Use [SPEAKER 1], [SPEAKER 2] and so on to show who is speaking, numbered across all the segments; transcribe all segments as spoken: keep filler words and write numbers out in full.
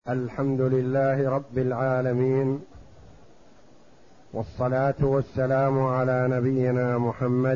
[SPEAKER 1] الحمد لله رب العالمين، والصلاة والسلام على نبينا محمد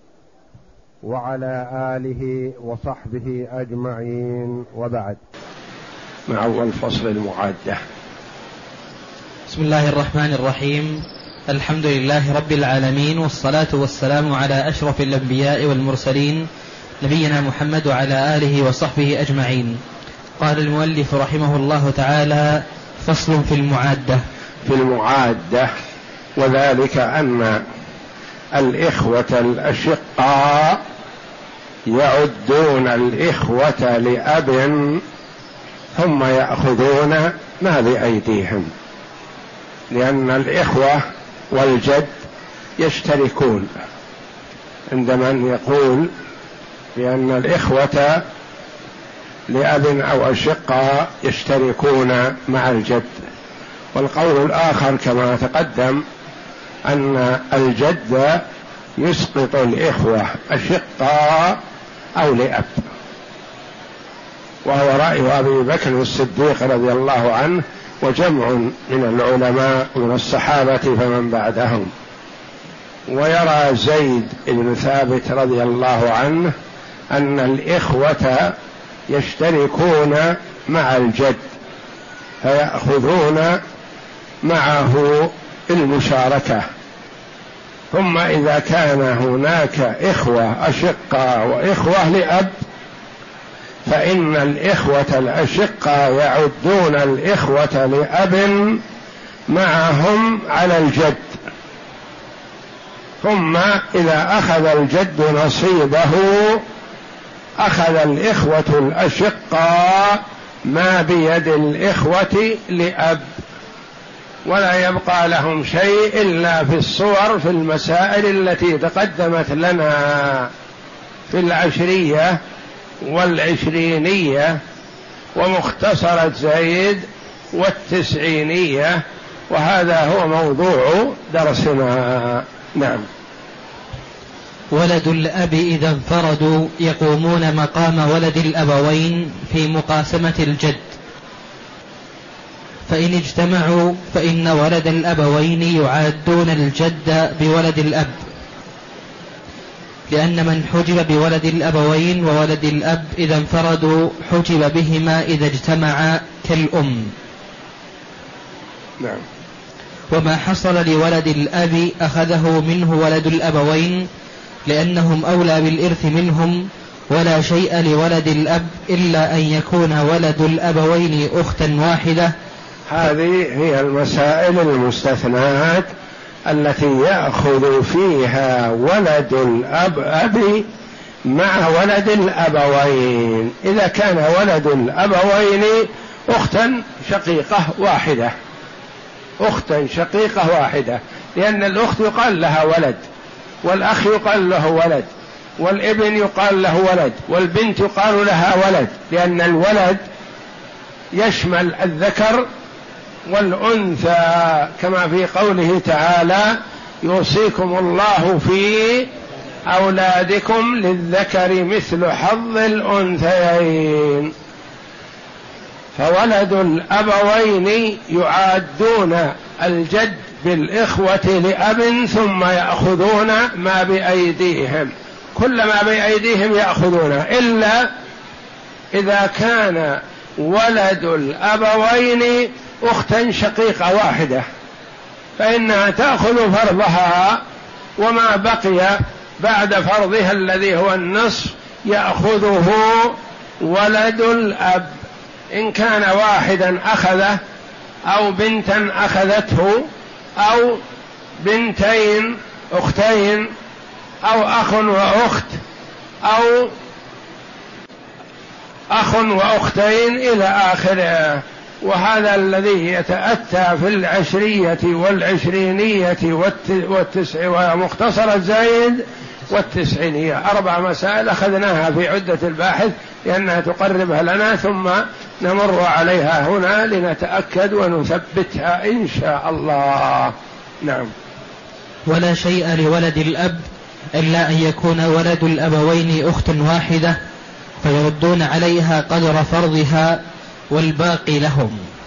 [SPEAKER 1] وعلى آله وصحبه أجمعين، وبعد.
[SPEAKER 2] مع أول فصل المعادة.
[SPEAKER 3] بسم الله الرحمن الرحيم. الحمد لله رب العالمين، والصلاة والسلام على أشرف الأنبياء والمرسلين نبينا محمد وعلى آله وصحبه أجمعين. قال المؤلف رحمه الله تعالى: فصل في المعادة.
[SPEAKER 2] في المعادة، وذلك أن الإخوة الأشقاء يعدون الإخوة لأب ثم يأخذون ما بأيديهم، لأن الإخوة والجد يشتركون. عندما يقول بأن الإخوة لأب أو أشقاء يشتركون مع الجد. والقول الآخر كما تقدم أن الجد يسقط الإخوة أشقاء أو لأب، وهو رأي أبي بكر الصديق رضي الله عنه وجمع من العلماء من الصحابة فمن بعدهم. ويرى زيد بن ثابت رضي الله عنه أن الإخوة يشتركون مع الجد فيأخذون معه المشاركة. ثم إذا كان هناك إخوة أشقاء وإخوة لأب، فإن الإخوة الأشقاء يعدون الإخوة لأب معهم على الجد. ثم إذا أخذ الجد نصيبه أخذ الإخوة الأشقاء ما بيد الإخوة لأب، ولا يبقى لهم شيء إلا في الصور في المسائل التي تقدمت لنا في العشرية والعشرينية ومختصرة زيد والتسعينية، وهذا هو موضوع درسنا. نعم.
[SPEAKER 3] ولد الأب إذا انفردوا يقومون مقام ولد الأبوين في مقاسمة الجد، فإن اجتمعوا فإن ولد الأبوين يعادون الجد بولد الأب، لأن من حجب بولد الأبوين وولد الأب إذا انفردوا حجب بهما إذا اجتمعا كالأم.
[SPEAKER 2] نعم.
[SPEAKER 3] وما حصل لولد الأب أخذه منه ولد الأبوين، لأنهم أولى بالإرث منهم، ولا شيء لولد الأب إلا أن يكون ولد الأبوين أختا واحدة.
[SPEAKER 2] هذه هي المسائل المستثنات التي يأخذ فيها ولد الأب أبي مع ولد الأبوين. إذا كان ولد الأبوين أختا شقيقة واحدة، أختا شقيقة واحدة، لأن الأخت يقال لها ولد، والأخ يقال له ولد، والابن يقال له ولد، والبنت يقال لها ولد، لأن الولد يشمل الذكر والأنثى، كما في قوله تعالى: يوصيكم الله في أولادكم للذكر مثل حظ الأنثيين. فولد الأبوين يعادون الجد بالإخوة لأب ثم يأخذون ما بأيديهم، كل ما بأيديهم يأخذون، إلا إذا كان ولد الأبوين أختا شقيقة واحدة، فإنها تأخذ فرضها، وما بقي بعد فرضها الذي هو النصف يأخذه ولد الأب. إن كان واحدا أخذه أو بنتا أخذته أو بنتين أختين أو أخ وأخت أو أخ وأختين إلى آخره. وهذا الذي يتأتى في العشرية والعشرينية والتسع ومختصرة زيد والتسعينية. أربع مسائل أخذناها في عدة الباحث لأنها تقربها لنا، ثم نمر عليها هنا لنتأكد ونثبتها إن شاء الله. نعم.
[SPEAKER 3] ولا شيء لولد الأب إلا أن يكون ولد الأبوين أخت واحدة، فيردون عليها قدر فرضها والباقي لهم.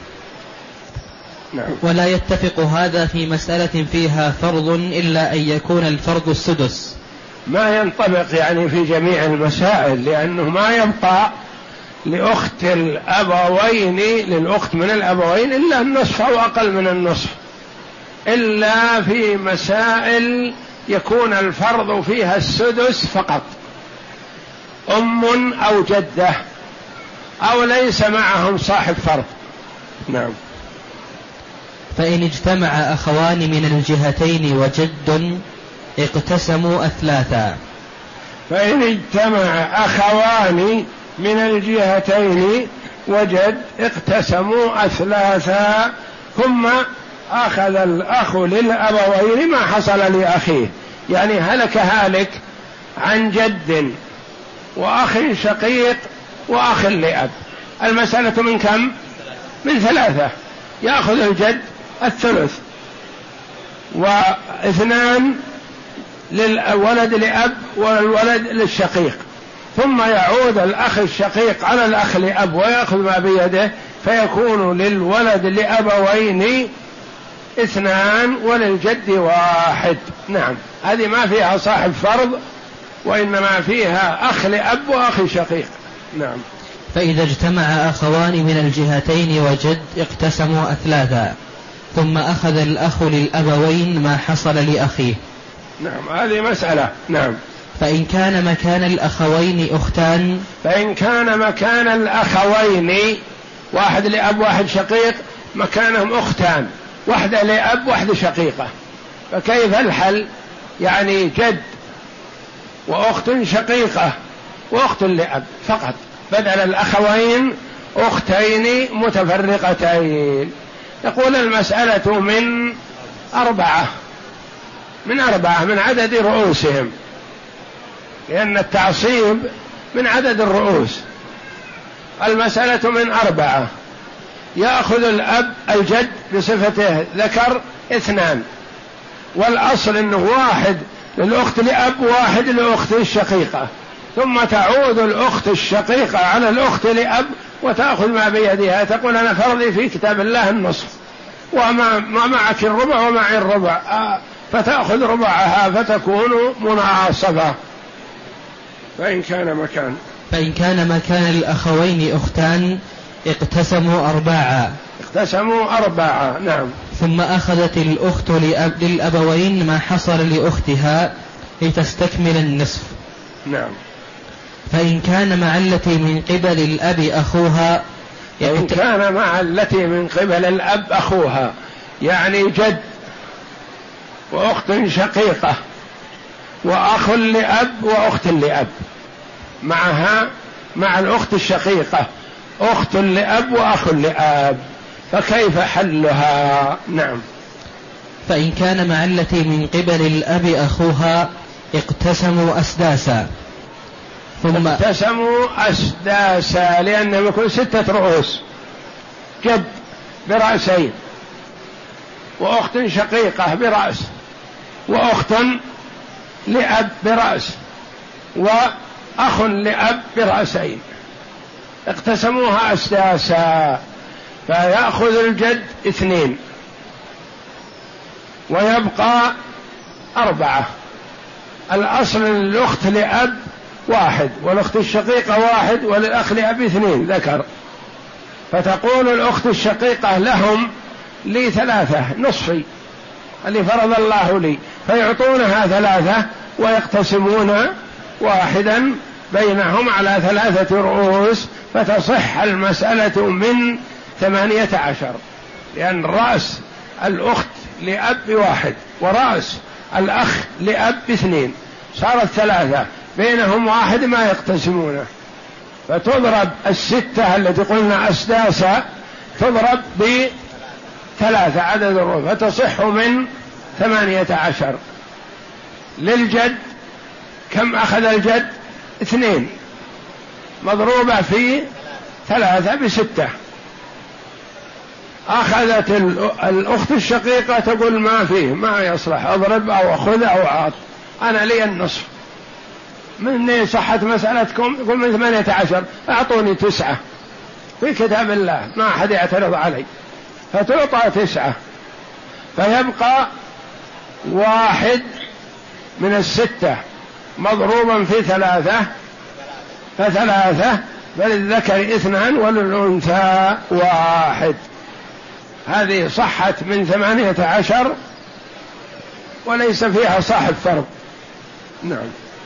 [SPEAKER 2] نعم.
[SPEAKER 3] ولا يتفق هذا في مسألة فيها فرض إلا أن يكون الفرض السدس.
[SPEAKER 2] ما ينطبق يعني في جميع المسائل، لأنه ما يبقى لأخت الأبوين للأخت من الأبوين إلا النصف أو أقل من النصف، إلا في مسائل يكون الفرض فيها السدس فقط، أم أو جدة أو ليس معهم صاحب فرض. نعم.
[SPEAKER 3] فإن اجتمع أخوان من الجهتين وجد اقتسموا أثلاثا.
[SPEAKER 2] فإن اجتمع أخوان من الجهتين وجد اقتسموا أثلاثا، ثم أخذ الأخ للأبوين ما حصل لأخيه، يعني هلك هالك عن جد وأخ شقيق وأخ لأب، المسألة من كم؟ من ثلاثة، يأخذ الجد الثلث واثنان للولد لأب والولد للشقيق، ثم يعود الأخ الشقيق على الأخ لأب ويأخذ ما بيده، فيكون للولد لأبوين اثنان وللجد واحد. نعم، هذه ما فيها صاحب فرض، وإنما فيها أخ لأب وأخ شقيق. نعم.
[SPEAKER 3] فإذا اجتمع أخوان من الجهتين وجد اقتسموا أثلاثا، ثم أخذ الأخ للأبوين ما حصل لأخيه.
[SPEAKER 2] نعم، هذه مسألة. نعم.
[SPEAKER 3] فإن كان مكان الأخوين أختان
[SPEAKER 2] فإن كان مكان الأخوين واحد لأب واحد شقيق، مكانهم أختان، واحدة لأب واحدة شقيقة، فكيف الحل؟ يعني جد وأخت شقيقة وأخت لأب فقط، بدل الأخوين أختين متفرقتين. يقول المسألة من أربعة من أربعة من عدد رؤوسهم، لأن التعصيب من عدد الرؤوس. المسألة من أربعة، يأخذ الأب الجد بصفته ذكر اثنان، والأصل أنه واحد للأخت لأب واحد للأخت الشقيقة، ثم تعود الأخت الشقيقة على الأخت لأب وتأخذ ما بيدها، تقول أنا فرضي في كتاب الله النصف، وما ما معك الربع ومعي الربع، فتأخذ ربعها فتكون مناصفة. فإن كان مكان
[SPEAKER 3] فإن كان مكان الأخوين أختان اقتسموا أرباعا
[SPEAKER 2] اقتسموا أربعة. نعم.
[SPEAKER 3] ثم أخذت الأخت لأب للأبوين ما حصل لأختها لتستكمل النصف.
[SPEAKER 2] نعم.
[SPEAKER 3] فإن كان مع التي من قبل الأب أخوها
[SPEAKER 2] فإن كان مع التي من قبل الأب أخوها، يعني جد وأخت شقيقة وأخ لأب وأخت لأب، معها مع الأخت الشقيقة أخت لأب وأخ لأب، فكيف حلها؟ نعم.
[SPEAKER 3] فإن كان مع التي من قبل الأب أخوها اقتسموا أسداسا.
[SPEAKER 2] ثم اقتسموا أسداسا لأنه يكون ستة رؤوس، جد برأسين وأخت شقيقة برأس وأخت لأب برأس وأخ لأب برأسين، اقتسموها أسداسا، فيأخذ الجد اثنين ويبقى أربعة. الأصل للأخت لأب واحد والأخت الشقيقة واحد وللأخ لأب اثنين ذكر، فتقول الأخت الشقيقة لهم لي ثلاثة نصفي اللي فرض الله لي، فيعطونها ثلاثة ويقتسمون واحدا بينهم على ثلاثة رؤوس، فتصح المسألة من ثمانية عشر، لأن رأس الأخت لأب واحد ورأس الأخ لأب اثنين، صارت ثلاثة بينهم واحد ما يقتسمونه، فتضرب الستة التي قلنا أسداسا تضرب بثلاثة عدد الرؤوس فتصح من ثمانية عشر. للجد كم أخذ الجد؟ اثنين مضروبة في ثلاثة بستة. أخذت الأخت الشقيقة تقول ما فيه ما يصلح، أضرب أو أخذ أو أعط، أنا لي النصف. من صحة مسألتكم؟ يقول من ثمانية عشر، أعطوني تسعة في كتاب الله ما أحد يعترض علي، فتعطى تسعة، فيبقى واحد من الستة مضروبا في ثلاثة فثلاثة، فللذكر اثنان وللأنثى واحد. هذه صحت من ثمانية عشر وليس فيها صاحب فرض. نعم.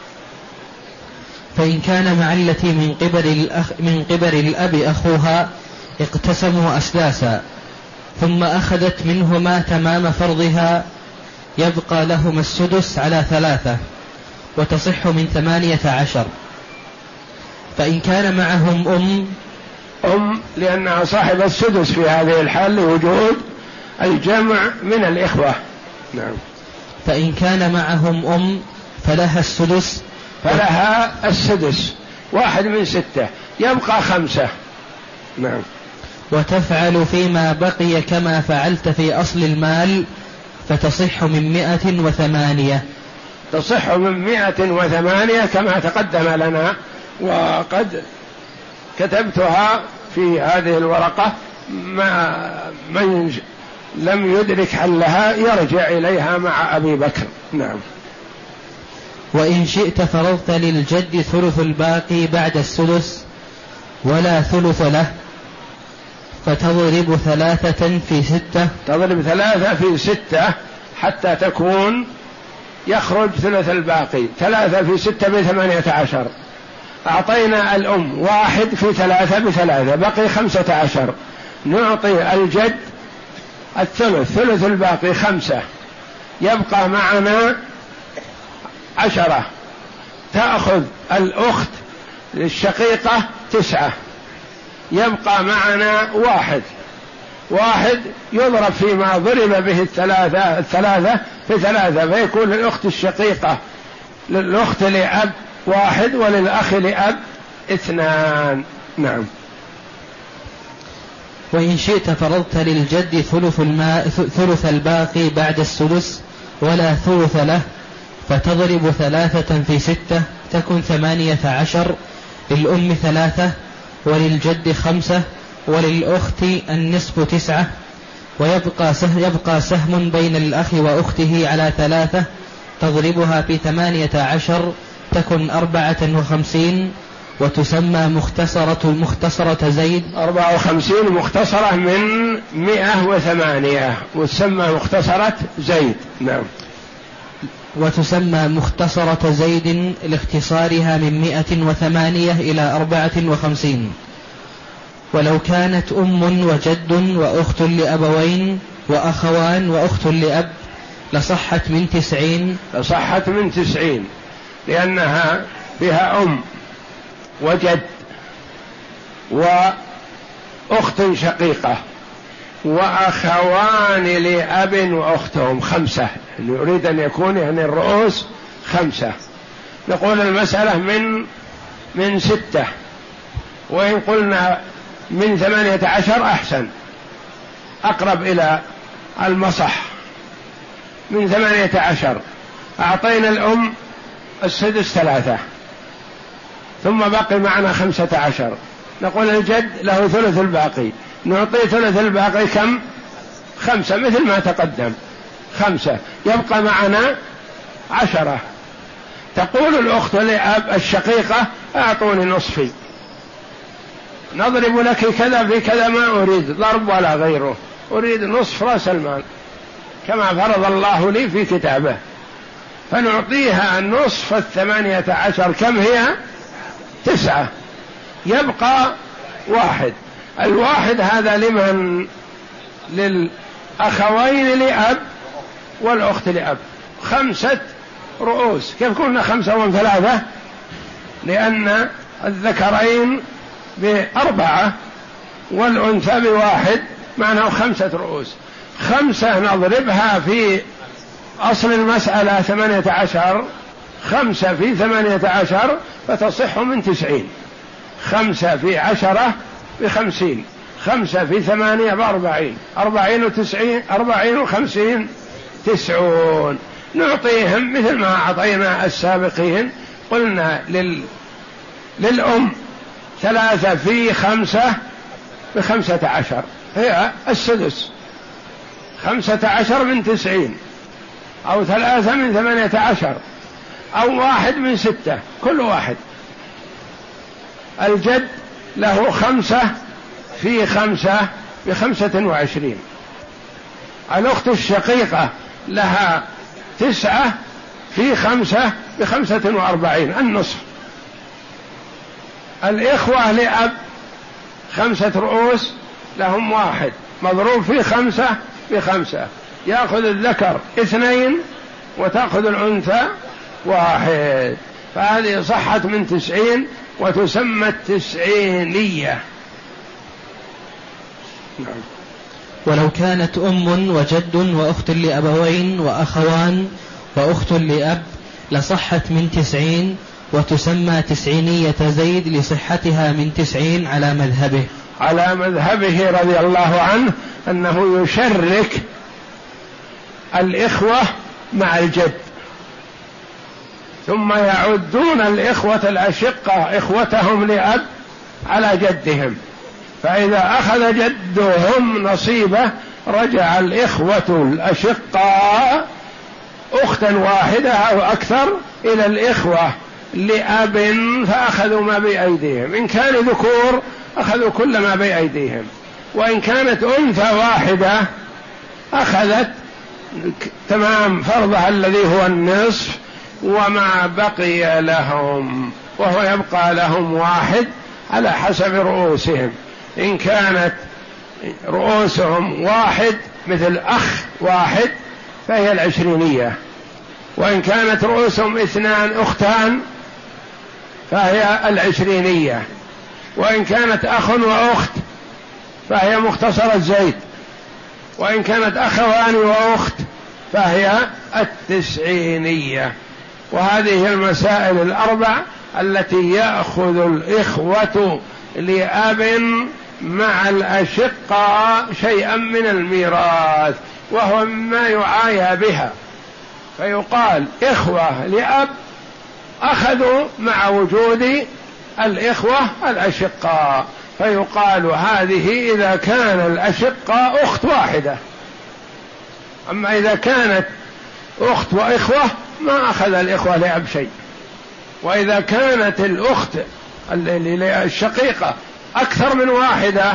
[SPEAKER 3] فإن كان مع التي من قبل الأخ من قبل الأب أخوها اقتسموا أسداسا، ثم أخذت منهما تمام فرضها، يبقى لهما السدس على ثلاثة، وتصح من ثمانية عشر. فإن كان معهم أم
[SPEAKER 2] أم لأنها صاحب السدس في هذه الحال لوجود الجمع من الإخوة. نعم.
[SPEAKER 3] فإن كان معهم أم فلها السدس
[SPEAKER 2] فلها السدس، واحد من ستة، يبقى خمسة. نعم.
[SPEAKER 3] وتفعل فيما بقي كما فعلت في أصل المال، فتصح من مئة وثمانية.
[SPEAKER 2] تصح من مئة وثمانية كما تقدم لنا، وقد كتبتها في هذه الورقة. ما من لم يدرك حلها يرجع إليها مع أبي بكر. نعم.
[SPEAKER 3] وإن شئت فرضت للجد ثلث الباقي بعد السدس ولا ثلث له، فتضرب ثلاثة في ستة.
[SPEAKER 2] تضرب ثلاثة في ستة حتى تكون يخرج ثلث الباقي. ثلاثة في ستة بثمانية عشر. أعطينا الأم واحد في ثلاثة بثلاثة، بقي خمسة عشر. نعطي الجد الثلث، ثلث الباقي خمسة، يبقى معنا عشرة. تأخذ الأخت للشقيقة تسعة، يبقى معنا واحد. واحد يضرب فيما ضرب به الثلاثة الثلاثة في ثلاثة، فيكون للأخت الشقيقة للأخت لأب واحد وللأخ لأب اثنان. نعم.
[SPEAKER 3] وإن شئت فرضت للجد ثلث الماء ثلث الباقي بعد السدس ولا ثلث له، فتضرب ثلاثة في ستة تكن ثمانية عشر. للأم ثلاثة وللجد خمسة وللأخت النصف تسعة، ويبقى سهم, يبقى سهم بين الأخ وأخته على ثلاثة، تضربها في ثمانية عشر تكن أربعة وخمسين، وتسمى مختصرة مختصرة زيد.
[SPEAKER 2] أربعة وخمسين مختصرة من مئة وثمانية، وتسمى مختصرة زيد. نعم.
[SPEAKER 3] وتسمى مختصرة زيد لاختصارها من مئة وثمانية إلى أربعة وخمسين. ولو كانت أم وجد وأخت لأبوين وأخوان وأخت لأب لصحت من تسعين.
[SPEAKER 2] لصحت من تسعين لأنها فيها أم وجد وأخت شقيقة وأخوان لأب وأختهم خمسة، يريد أن يكون يعني الرؤوس خمسة. نقول المسألة من من ستة، وإن قلنا من ثمانية عشر أحسن، أقرب إلى المصح. من ثمانية عشر أعطينا الأم السدس ثلاثة، ثم بقي معنا خمسة عشر. نقول الجد له ثلث الباقي، نعطيه ثلث الباقي كم؟ خمسة، مثل ما تقدم خمسة، يبقى معنا عشرة. تقول الأخت لأب الشقيقة أعطوني نصفي، نضرب لك كذا في كذا، ما أريد ضرب ولا غيره، أريد نصف رأس المال كما فرض الله لي في كتابه. فنعطيها النصف الثمانية عشر، كم هي؟ تسعة، يبقى واحد. الواحد هذا لمن؟ للأخوين لأب والأخت لأب، خمسة رؤوس. كيف كنا خمسة ومن ثلاثة؟ لأن الذكرين بأربعة والأنثى بواحد، معناه خمسة رؤوس. خمسة نضربها في أصل المسألة ثمانية عشر، خمسة في ثمانية عشر فتصح من تسعين. خمسة في عشرة بخمسين، خمسة في ثمانية بأربعين، أربعين وتسعين، أربعين وخمسين، تسعون. نعطيهم مثل ما أعطينا السابقين. قلنا لل... للأم ثلاثة في خمسة بخمسة عشر، هي السدس، خمسة عشر من تسعين، أو ثلاثة من ثمانية عشر، أو واحد من ستة، كل واحد. الجد له خمسة في خمسة بخمسة وعشرين. الأخت الشقيقة لها تسعة في خمسة بخمسة وأربعين، النصف. الإخوة لأب خمسة رؤوس لهم واحد مضروب في خمسة بخمسة، يأخذ الذكر اثنين وتأخذ الأنثى واحد، فهذه صحت من تسعين وتسمى التسعينية.
[SPEAKER 3] نعم. ولو كانت أم وجد وأخت لأبوين وأخوان وأخت لأب لصحت من تسعين وتسمى تسعينية زيد لصحتها من تسعين على مذهبه
[SPEAKER 2] على مذهبه رضي الله عنه، أنه يشرك الإخوة مع الجد، ثم يعدون الإخوة الأشقة إخوتهم لأب على جدهم، فإذا أخذ جدهم نصيبه رجع الإخوة الأشقاء أختا واحدة أو أكثر إلى الإخوة لأب فأخذوا ما بأيديهم، إن كانوا ذكور أخذوا كل ما بأيديهم، وإن كانت أنثى واحدة أخذت تمام فرضها الذي هو النصف وما بقي لهم، وهو يبقى لهم واحد على حسب رؤوسهم. إن كانت رؤوسهم واحد مثل أخ واحد فهي العشرينية، وإن كانت رؤوسهم اثنان أختان فهي العشرينية، وإن كانت أخ وأخت فهي مختصرة زيد، وإن كانت أخوان وأخت فهي التسعينية. وهذه المسائل الأربع التي يأخذ الإخوة لأب مع الأشقاء شيئا من الميراث، وهو مما يعايى بها، فيقال إخوة لأب أخذوا مع وجود الإخوة الأشقاء، فيقال هذه إذا كان الأشقاء أخت واحدة. أما إذا كانت أخت وإخوة ما أخذ الإخوة لأب شيء، وإذا كانت الأخت الشقيقة أكثر من واحدة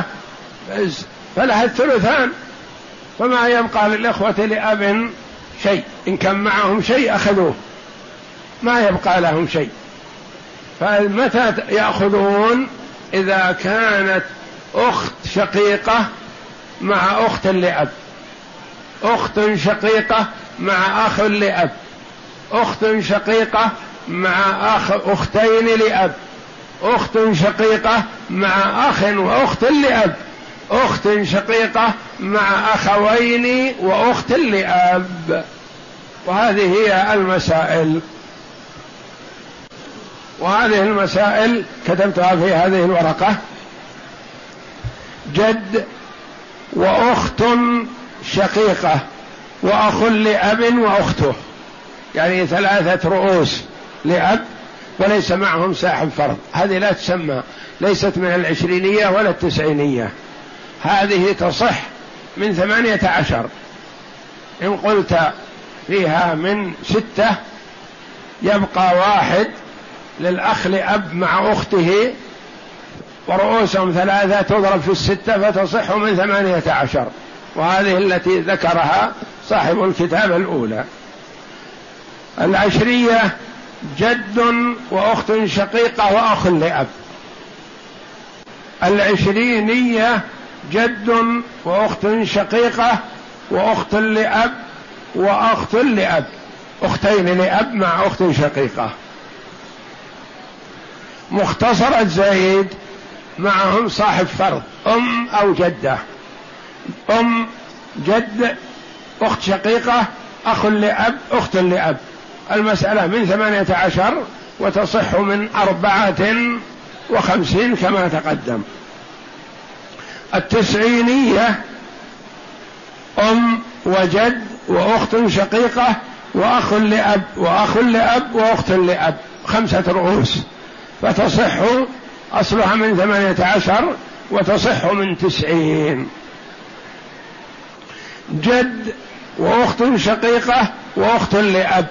[SPEAKER 2] فلها الثلثان، فما يبقى للإخوة لأب شيء، إن كان معهم شيء أخذوه، ما يبقى لهم شيء. فمتى يأخذون؟ إذا كانت أخت شقيقة مع أخت لأب، أخت شقيقة مع أخ لأب، أخت شقيقة مع أخ أختين لأب، أخت شقيقة مع أخ وأخت لأب، أخت شقيقة مع أخوين وأخت لأب. وهذه هي المسائل، وهذه المسائل كتبتها في هذه الورقة: جد وأخت شقيقة وأخ لأب وأخته، يعني ثلاثة رؤوس لأب وليس معهم صاحب فرض، هذه لا تسمى، ليست من العشرينية ولا التسعينية، هذه تصح من ثمانية عشر. إن قلت فيها من ستة يبقى واحد للأخ لأب مع أخته ورؤوسهم ثلاثة تضرب في الستة فتصح من ثمانية عشر، وهذه التي ذكرها صاحب الكتاب الأولى. العشرية جد وأخت شقيقة وأخ لأب. العشرينية جد وأخت شقيقة وأخت لأب وأخت لأب، أختين لأب مع أخت شقيقة. مختصرة زيد معهم صاحب فرض، أم أو جدة، أم جد أخت شقيقة أخ لأب أخت لأب، المسألة من ثمانية عشر وتصح من أربعة وخمسين كما تقدم. التسعينية أم وجد وأخت شقيقة وأخ لأب وأخ لأب وأخت لأب، خمسة رؤوس، فتصح أصلها من ثمانية عشر وتصح من تسعين. جد وأخت شقيقة وأخت لأب،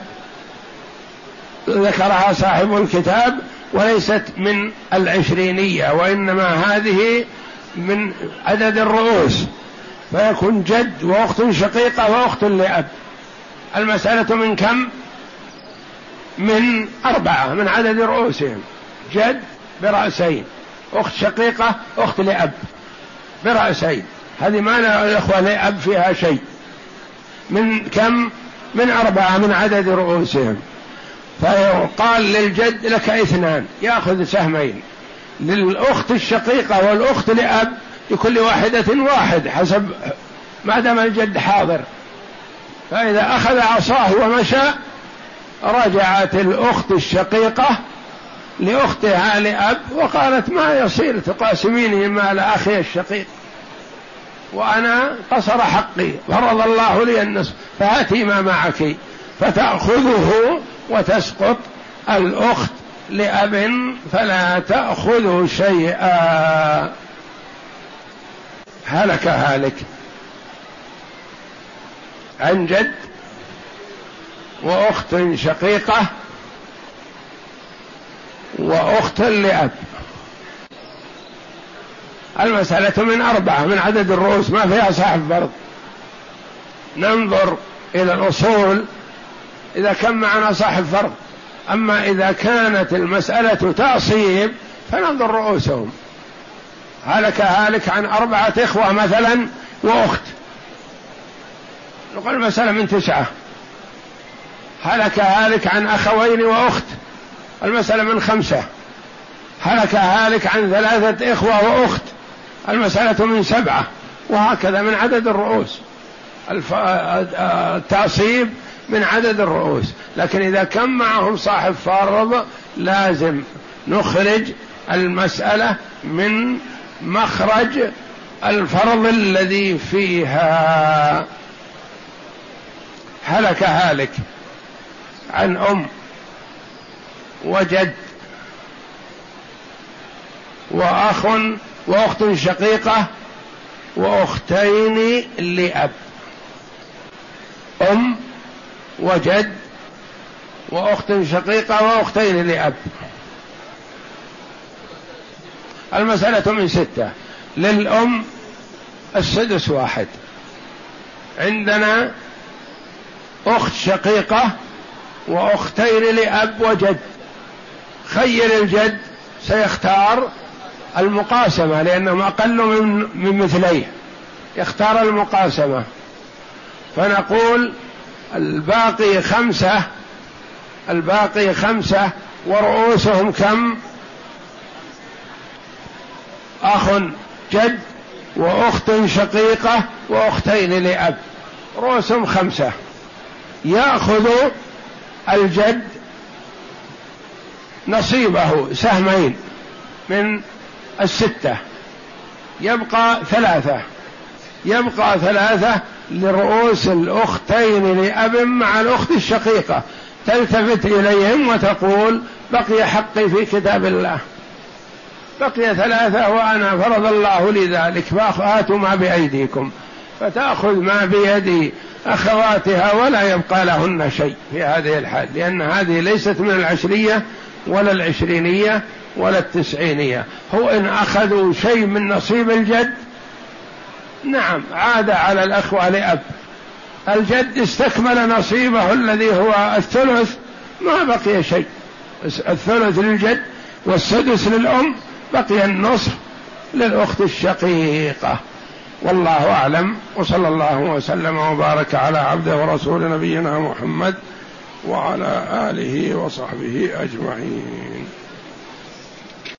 [SPEAKER 2] ذكرها صاحب الكتاب وليست من العشرينية، وإنما هذه من عدد الرؤوس، فيكون جد وأخت شقيقة وأخت لأب. المسألة من كم؟ من أربعة من عدد رؤوسهم، جد برأسين، أخت شقيقة، أخت لأب برأسين، هذه ما لا إخوة لأب فيها شيء. من كم؟ من أربعة من عدد رؤوسهم. فيقال للجد لك اثنان يأخذ سهمين، للأخت الشقيقة والأخت لأب لكل واحدة واحد حسب ما دام الجد حاضر. فإذا أخذ عصاه ومشى رجعت الأخت الشقيقة لأختها لأب وقالت ما يصير تقاسميني مال أخي الشقيق وأنا قصر حقي، فرض الله لي النصف، فهاتي ما معك، فتأخذه وتسقط الأخت لأب فلا تأخذ شيئا. هلك هالك عن جد وأخت شقيقة وأخت لأب. المسألة من أربعة من عدد الرؤوس، ما فيها صاحب فرض. ننظر إلى الأصول إذا كان معنا صاحب فرض، أما إذا كانت المسألة تعصيب فننظر رؤوسهم. هلك هالك عن أربعة إخوة مثلا وأخت، نقول المسألة من تسعة. هلك هالك عن أخوين وأخت، المسألة من خمسة. هلك هالك عن ثلاثة إخوة وأخت، المسألة من سبعة، وهكذا من عدد الرؤوس. التعصيب من عدد الرؤوس، لكن إذا كان معهم صاحب فرض لازم نخرج المسألة من مخرج الفرض الذي فيها. هلك هالك عن أم وجد وأخ وأخت شقيقة وأختين لأب. أم وجد وأخت شقيقة وأختين لأب، المسألة من ستة. للأم السدس واحد، عندنا أخت شقيقة وأختين لأب وجد. خير الجد سيختار المقاسمة لأنهم أقل من, من مثليه، يختار المقاسمة. فنقول الباقي خمسة، الباقي خمسة ورؤوسهم كم؟ أخ جد وأخت شقيقة وأختين لأب، رؤوسهم خمسة. يأخذ الجد نصيبه سهمين من الستة، يبقى ثلاثة، يبقى ثلاثة لرؤوس الأختين لأب مع الأخت الشقيقة. تلتفت إليهم وتقول بقي حقي في كتاب الله، بقي ثلاثة وأنا فرض الله لي ذلك، فآتوا ما بأيديكم. فتأخذ ما بيد أخواتها ولا يبقى لهن شيء في هذه الحال، لأن هذه ليست من العشرية ولا العشرينية ولا التسعينية. هو إن أخذوا شيء من نصيب الجد نعم عاد على الأخوة لأب. الجد استكمل نصيبه الذي هو الثلث، ما بقي شيء، الثلث للجد والسدس للأم، بقي النصف للأخت الشقيقة. والله أعلم، وصلى الله وسلم وبارك على عبده ورسول نبينا محمد وعلى آله وصحبه أجمعين.